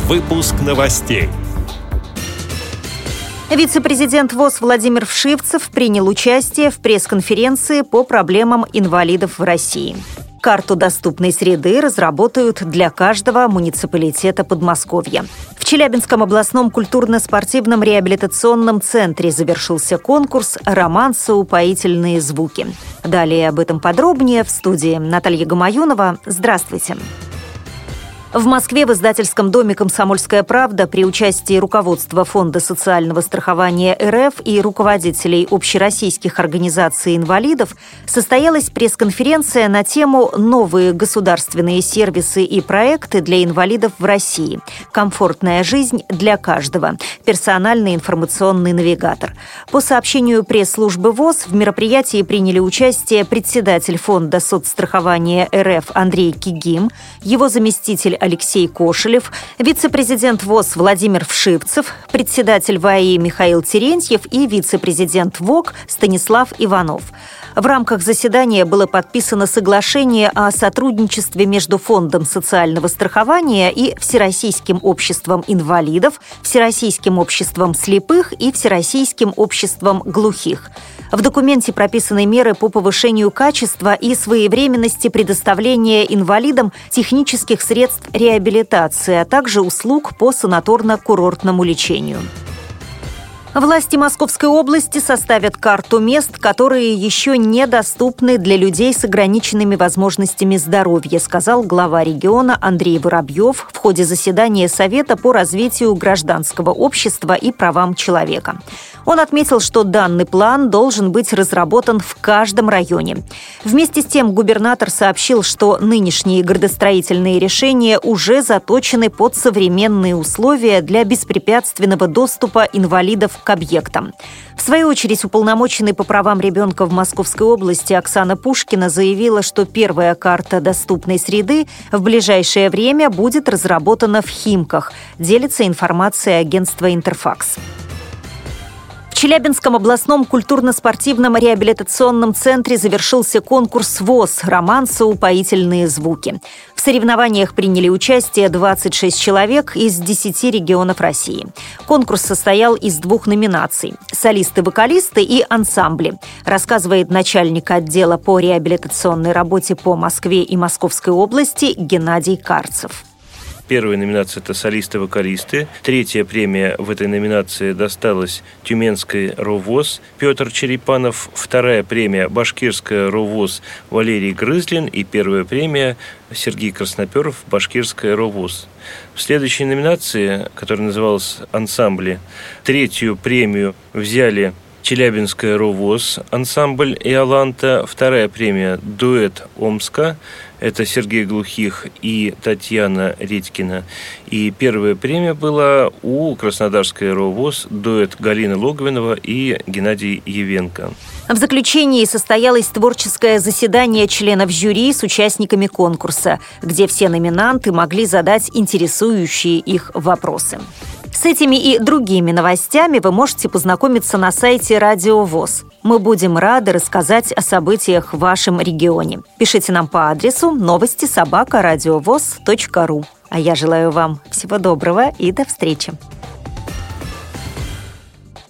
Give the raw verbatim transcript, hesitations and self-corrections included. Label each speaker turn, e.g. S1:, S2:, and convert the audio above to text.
S1: Выпуск новостей.
S2: Вице-президент ВОС Владимир Вшивцев принял участие в пресс-конференции по проблемам инвалидов в России. Карту доступной среды разработают для каждого муниципалитета Подмосковья. В Челябинском областном культурно-спортивном реабилитационном центре завершился конкурс «Романсы-упоительные звуки». Далее об этом подробнее в студии Наталья Гамаюнова. Здравствуйте. В Москве в издательском доме «Комсомольская правда» при участии руководства Фонда социального страхования РФ и руководителей общероссийских организаций инвалидов состоялась пресс-конференция на тему «Новые государственные сервисы и проекты для инвалидов в России. Комфортная жизнь для каждого. Персональный информационный навигатор». По сообщению пресс-службы ВОС в мероприятии приняли участие председатель Фонда соцстрахования РФ Андрей Кигим, его заместитель Алексей Кошелев, вице-президент ВОС Владимир Вшивцев, председатель ВАИ Михаил Терентьев и вице-президент ВОК Станислав Иванов. В рамках заседания было подписано соглашение о сотрудничестве между Фондом социального страхования и Всероссийским обществом инвалидов, Всероссийским обществом слепых и Всероссийским обществом глухих. В документе прописаны меры по повышению качества и своевременности предоставления инвалидам технических средств реабилитации, а также услуг по санаторно-курортному лечению. Власти Московской области составят карту мест, которые еще недоступны для людей с ограниченными возможностями здоровья, сказал глава региона Андрей Воробьев в ходе заседания Совета по развитию гражданского общества и правам человека. Он отметил, что данный план должен быть разработан в каждом районе. Вместе с тем губернатор сообщил, что нынешние градостроительные решения уже заточены под современные условия для беспрепятственного доступа инвалидов к объектам. В свою очередь, уполномоченный по правам ребенка в Московской области Оксана Пушкина заявила, что первая карта доступной среды в ближайшее время будет разработана в Химках, делится информацией агентства «Интерфакс». В Челябинском областном культурно-спортивном реабилитационном центре завершился конкурс ВОС «Романсы-упоительные звуки». В соревнованиях приняли участие двадцать шесть человек из десяти регионов России. Конкурс состоял из двух номинаций – солисты-вокалисты и ансамбли, рассказывает начальник отдела по реабилитационной работе по Москве и Московской области Геннадий Карцев.
S3: Первая номинация – это солисты-вокалисты. Третья премия в этой номинации досталась Тюменской РОВОЗ Петр Черепанов. Вторая премия – Башкирская РОВОЗ Валерий Грызлин. И первая премия – Сергей Красноперов, Башкирская РОВОЗ. В следующей номинации, которая называлась «Ансамбли», третью премию взяли Челябинская РОВОЗ, ансамбль «Иоланта». Вторая премия «Дуэт Омска». Это Сергей Глухих и Татьяна Редькина. И первая премия была у Краснодарской РОВОЗ дуэт Галина Логвинова и Геннадий Евенко.
S2: В заключении состоялось творческое заседание членов жюри с участниками конкурса, где все номинанты могли задать интересующие их вопросы. С этими и другими новостями вы можете познакомиться на сайте Радио ВОС. Мы будем рады рассказать о событиях в вашем регионе. Пишите нам по адресу новости собака радиовос точка ру. А я желаю вам всего доброго и до встречи.